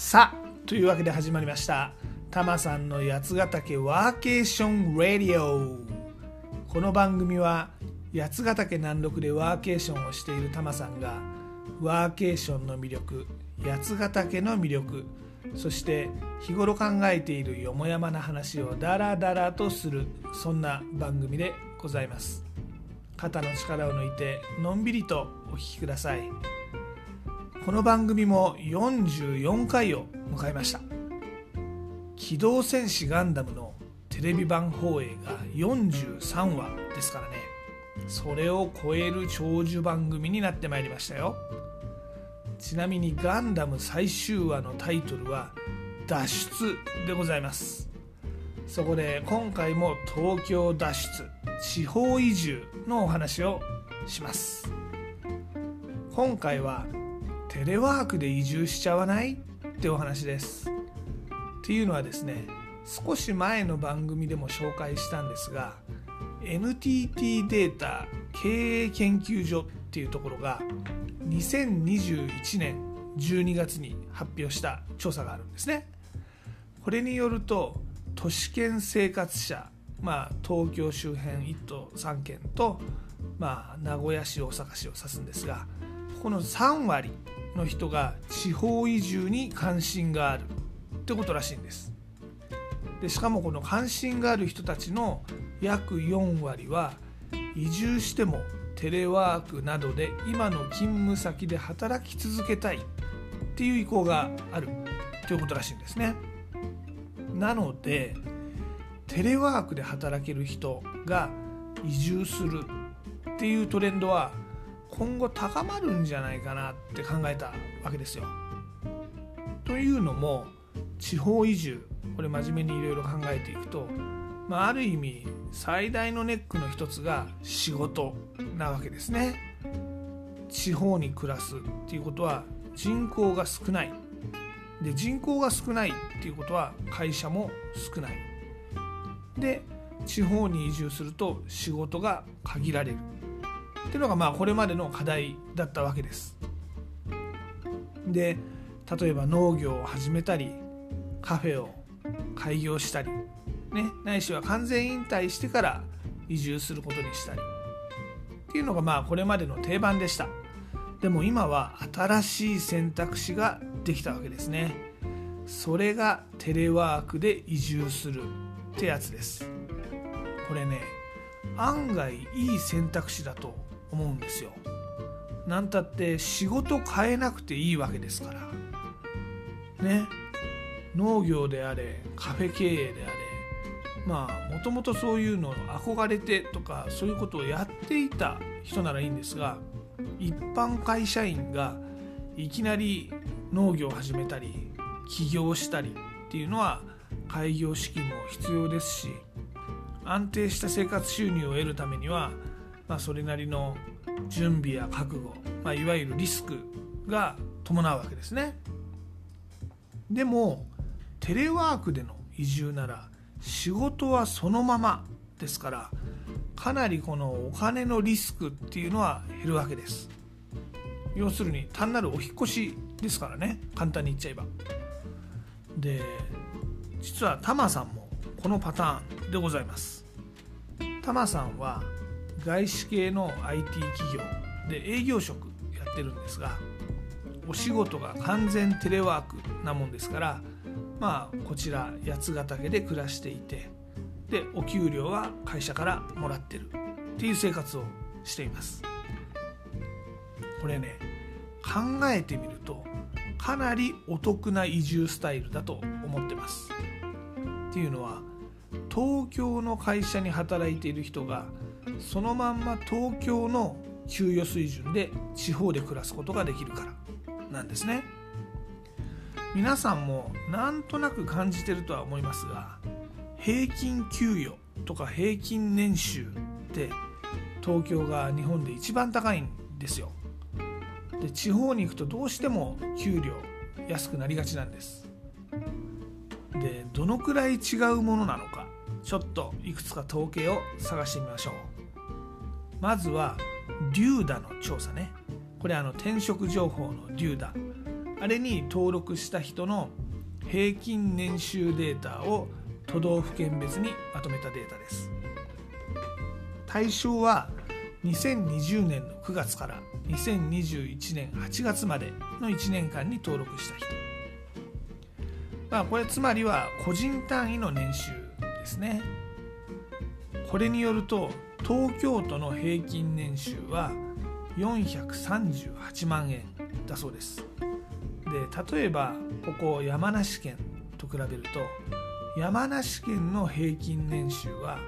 さあというわけで始まりましたタマさんの八ヶ岳ワーケーションラディオ。この番組は八ヶ岳南麓でワーケーションをしているタマさんがワーケーションの魅力、八ヶ岳の魅力、そして日頃考えているよもやまな話をダラダラとする、そんな番組でございます。肩の力を抜いてのんびりとお聞きください。この番組も44回を迎えました。機動戦士ガンダムのテレビ版放映が43話ですからね。それを超える長寿番組になってまいりましたよ。ちなみにガンダム最終話のタイトルは脱出でございます。そこで今回も東京脱出、地方移住のお話をします。今回はテレワークで移住しちゃわないってお話です。っていうのはですね、少し前の番組でも紹介したんですが、 NTT データ経営研究所っていうところが2021年12月に発表した調査があるんですね。これによると都市圏生活者、東京周辺1都3県と、名古屋市大阪市を指すんですが、この3割の人が地方移住に関心があるってことらしいんです。でしかもこの関心がある人たちの約4割は移住してもテレワークなどで今の勤務先で働き続けたいっていう意向があるということらしいんですね。なのでテレワークで働ける人が移住するっていうトレンドは今後高まるんじゃないかなって考えたわけですよ。というのも地方移住、これ真面目にいろいろ考えていくと、ある意味最大のネックの一つが仕事なわけですね。地方に暮らすっていうことは人口が少ないで、人口が少ないっていうことは会社も少ないで、地方に移住すると仕事が限られるっていうのがこれまでの課題だったわけです。で、例えば農業を始めたりカフェを開業したり、ないしは完全引退してから移住することにしたりっていうのがこれまでの定番でした。でも今は新しい選択肢ができたわけですね。それがテレワークで移住するってやつです。これね、案外いい選択肢だと思うんですよ。なんたって仕事変えなくていいわけですからね。農業であれカフェ経営であれ、もともとそういうの憧れてとかそういうことをやっていた人ならいいんですが、一般会社員がいきなり農業を始めたり起業したりっていうのは開業資金も必要ですし、安定した生活収入を得るためには、それなりの準備や覚悟、いわゆるリスクが伴うわけですね。でもテレワークでの移住なら仕事はそのままですから、かなりこのお金のリスクっていうのは減るわけです。要するに単なるお引越しですからね、簡単に言っちゃえば。で、実はタマさんもこのパターンでございます。タマさんは外資系の IT 企業で営業職やってるんですが、お仕事が完全テレワークなもんですから、こちら八ヶ岳で暮らしていて、でお給料は会社からもらってるっていう生活をしています。これね、考えてみるとかなりお得な移住スタイルだと思ってます。っていうのは、東京の会社に働いている人がそのまんま東京の給与水準で地方で暮らすことができるからなんですね。皆さんもなんとなく感じてるとは思いますが、平均給与とか平均年収って東京が日本で一番高いんですよ。で、地方に行くとどうしても給料安くなりがちなんです。で、どのくらい違うものなのか、ちょっといくつか統計を探してみましょう。まずはデューダの調査ね。これ転職情報のデューダ、 あれに登録した人の平均年収データを都道府県別にまとめたデータです。対象は2020年の9月から2021年8月までの1年間に登録した人、これつまりは個人単位の年収ですね。これによると東京都の平均年収は438万円だそうです。で、例えばここ山梨県と比べると、山梨県の平均年収は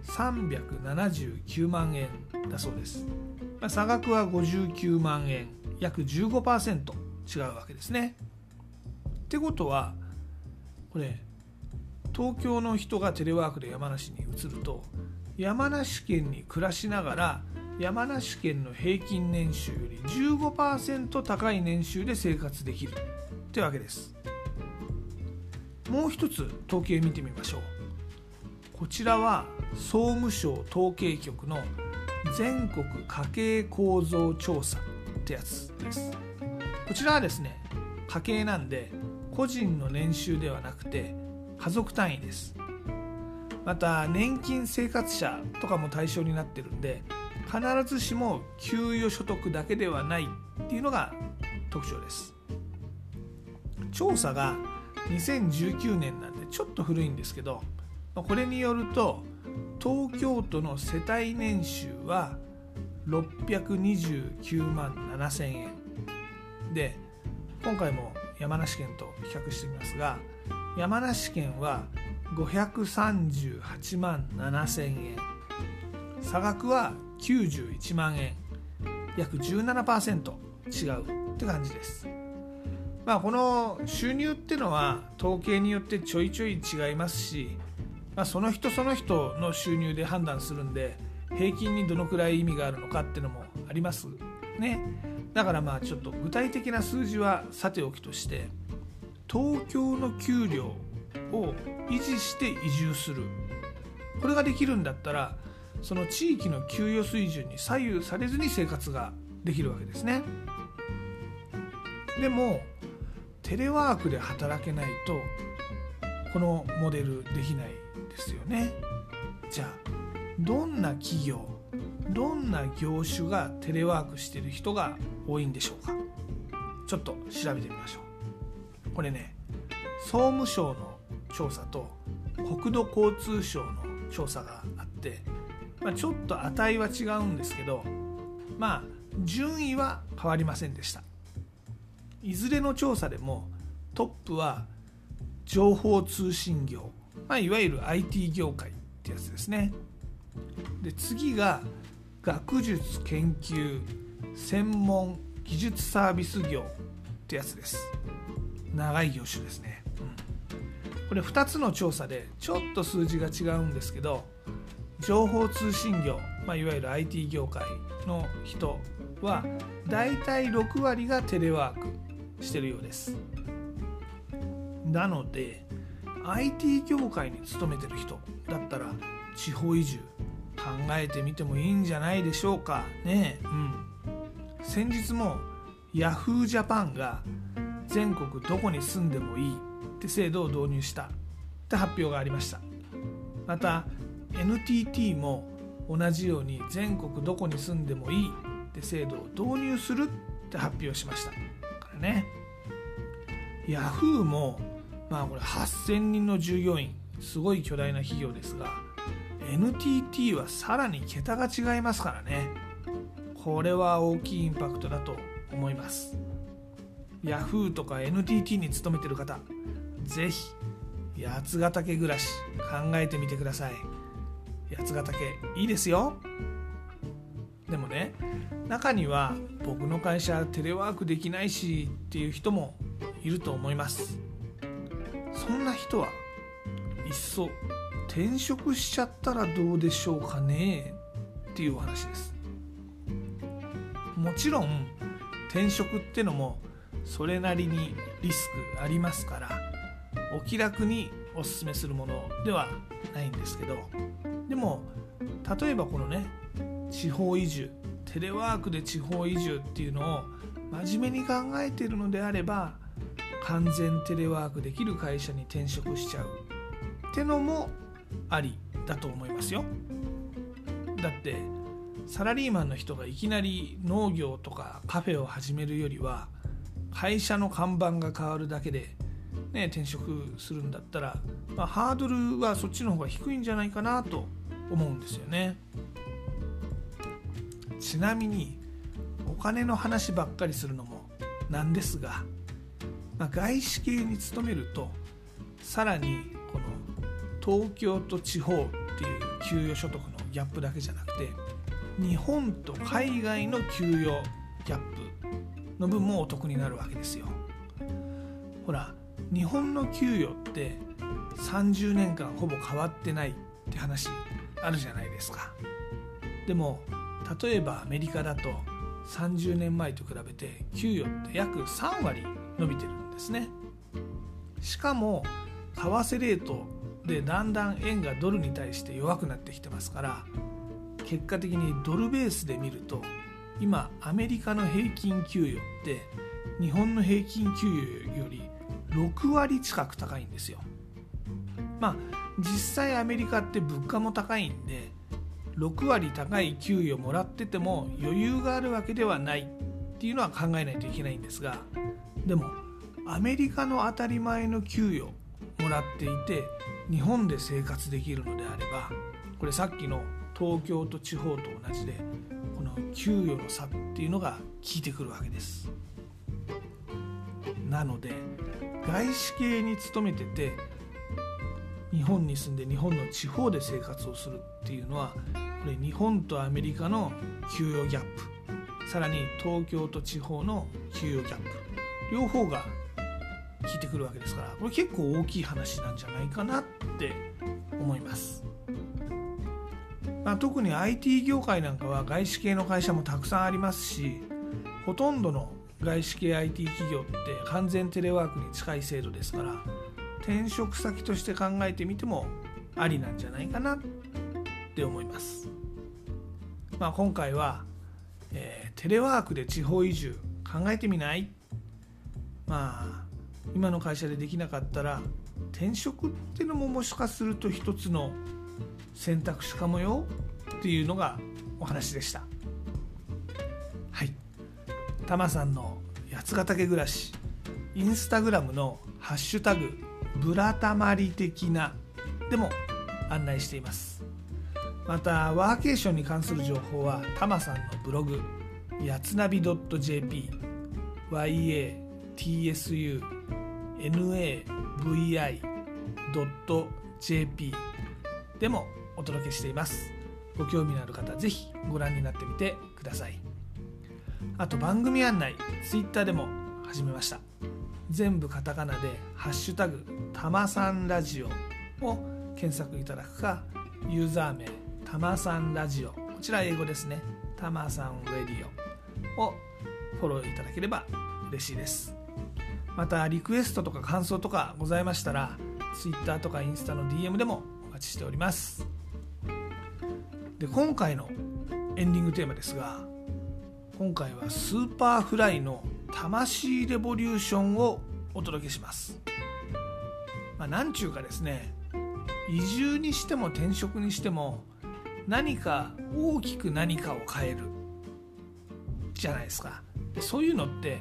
379万円だそうです。差額は59万円、約 15% 違うわけですね。ってことはこれ東京の人がテレワークで山梨に移ると、山梨県に暮らしながら山梨県の平均年収より 15% 高い年収で生活できるってわけです。もう一つ統計見てみましょう。こちらは総務省統計局の全国家計構造調査ってやつです。こちらはですね、家計なんで個人の年収ではなくて家族単位です。また年金生活者とかも対象になってるんで、必ずしも給与所得だけではないっていうのが特徴です。調査が2019年なんでちょっと古いんですけど、これによると東京都の世帯年収は629万7000円で、今回も山梨県と比較してみますが、山梨県は538万7000円、差額は91万円、約 17% 違うって感じです。この収入ってのは統計によってちょいちょい違いますし、その人その人の収入で判断するんで、平均にどのくらい意味があるのかっていうのもありますね。だからちょっと具体的な数字はさておきとして、東京の給料を維持して移住する、これができるんだったら、その地域の給与水準に左右されずに生活ができるわけですね。でもテレワークで働けないとこのモデルできないですよね。じゃあどんな企業、どんな業種がテレワークしている人が多いんでしょうか。ちょっと調べてみましょう。これね、総務省の調査と国土交通省の調査があって、ちょっと値は違うんですけど、順位は変わりませんでした。いずれの調査でもトップは情報通信業、いわゆる IT 業界ってやつですね。で、次が学術研究専門技術サービス業ってやつです。長い業種ですね。これ2つの調査でちょっと数字が違うんですけど、情報通信業、いわゆる IT 業界の人はだいたい6割がテレワークしてるようです。なので IT 業界に勤めてる人だったら地方移住考えてみてもいいんじゃないでしょうかね。先日も Yahoo! ジャパンが全国どこに住んでもいいって制度を導入したって発表がありました。また NTT も同じように全国どこに住んでもいいって制度を導入するって発表しましたからね。Yahoo! もこれ8000人の従業員、すごい巨大な企業ですが、 NTT はさらに桁が違いますからね。これは大きいインパクトだと思います。 Yahoo! とか NTT に勤めてる方、ぜひ八ヶ岳暮らし考えてみてください。八ヶ岳いいですよ。でもね、中には僕の会社テレワークできないしっていう人もいると思います。そんな人はいっそ転職しちゃったらどうでしょうかねっていうお話です。もちろん転職ってのもそれなりにリスクありますから、お気楽におすすめするものではないんですけど、でも例えばこのね、地方移住、テレワークで地方移住っていうのを真面目に考えているのであれば、 完全テレワークできる会社に転職しちゃうってのもありだと思いますよ。だってサラリーマンの人がいきなり農業とかカフェを始めるよりは、会社の看板が変わるだけで、転職するんだったら、ハードルはそっちの方が低いんじゃないかなと思うんですよね。ちなみにお金の話ばっかりするのもなんですが、外資系に勤めるとさらにこの東京と地方っていう給与所得のギャップだけじゃなくて、日本と海外の給与ギャップの分もお得になるわけですよ。ほら、日本の給与って30年間ほぼ変わってないって話あるじゃないですか。でも例えばアメリカだと30年前と比べて給与って約3割伸びてるんですね。しかも為替レートでだんだん円がドルに対して弱くなってきてますから、結果的にドルベースで見ると今アメリカの平均給与って日本の平均給与より6割近く高いんですよ。実際アメリカって物価も高いんで、6割高い給与もらってても余裕があるわけではないっていうのは考えないといけないんですが、でもアメリカの当たり前の給与もらっていて日本で生活できるのであれば、これさっきの東京と地方と同じで、この給与の差っていうのが効いてくるわけです。なので外資系に勤めてて日本に住んで日本の地方で生活をするっていうのは、これ日本とアメリカの給与ギャップ、さらに東京と地方の給与ギャップ、両方が効いてくるわけですから、これ結構大きい話なんじゃないかなって思います。特に IT 業界なんかは外資系の会社もたくさんありますし、ほとんどの外資系 IT 企業って完全テレワークに近い制度ですから、転職先として考えてみてもありなんじゃないかなって思います。今回は、テレワークで地方移住考えてみない？今の会社でできなかったら転職っていうのももしかすると一つの選択肢かもよっていうのがお話でした。はい、タマさんの八ヶ岳暮らし、インスタグラムのハッシュタグブラタマリ的なでも案内しています。またワーケーションに関する情報はタマさんのブログやつなび .jp yatsunavi.jp でもお届けしています。ご興味のある方ぜひご覧になってみてください。あと番組案内ツイッターでも始めました。全部カタカナでハッシュタグたまさんラジオを検索いただくか、ユーザー名たまさんラジオ、こちら英語ですね、たまさんレディオをフォローいただければ嬉しいです。またリクエストとか感想とかございましたらツイッターとかインスタの DM でもお待ちしております。で、今回のエンディングテーマですが、今回はスーパーフライの魂レボリューションをお届けします。なんちゅうかですね、移住にしても転職にしても何か大きく何かを変えるじゃないですか。でそういうのって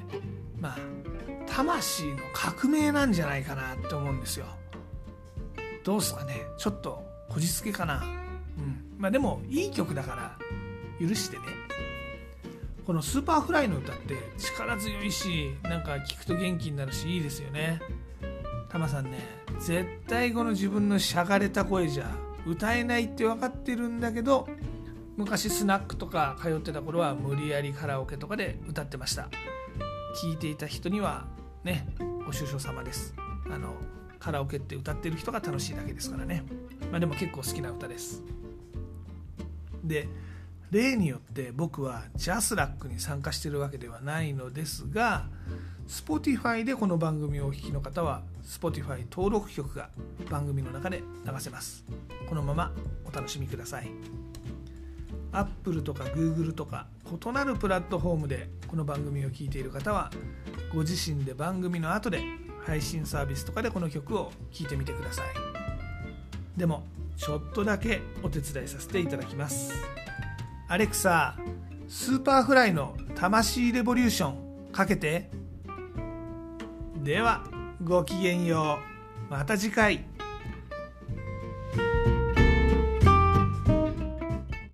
魂の革命なんじゃないかなって思うんですよ。どうですかね、ちょっとこじつけかな。でもいい曲だから許してね。このスーパーフライの歌って力強いし、なんか聴くと元気になるしいいですよね。タマさんね、絶対この自分のしゃがれた声じゃ歌えないって分かってるんだけど、昔スナックとか通ってた頃は無理やりカラオケとかで歌ってました。聴いていた人にはね、ご愁傷様です。カラオケって歌ってる人が楽しいだけですからね。でも結構好きな歌です。で、例によって僕はジャスラックに参加しているわけではないのですが、 Spotify でこの番組をお聞きの方は Spotify 登録曲が番組の中で流せます。このままお楽しみください。 Apple とか Google とか異なるプラットフォームでこの番組を聞いている方はご自身で番組の後で配信サービスとかでこの曲を聴いてみてください。でもちょっとだけお手伝いさせていただきます。アレクサ、スーパーフライの魂レボリューションかけて。ではごきげんよう。また次回。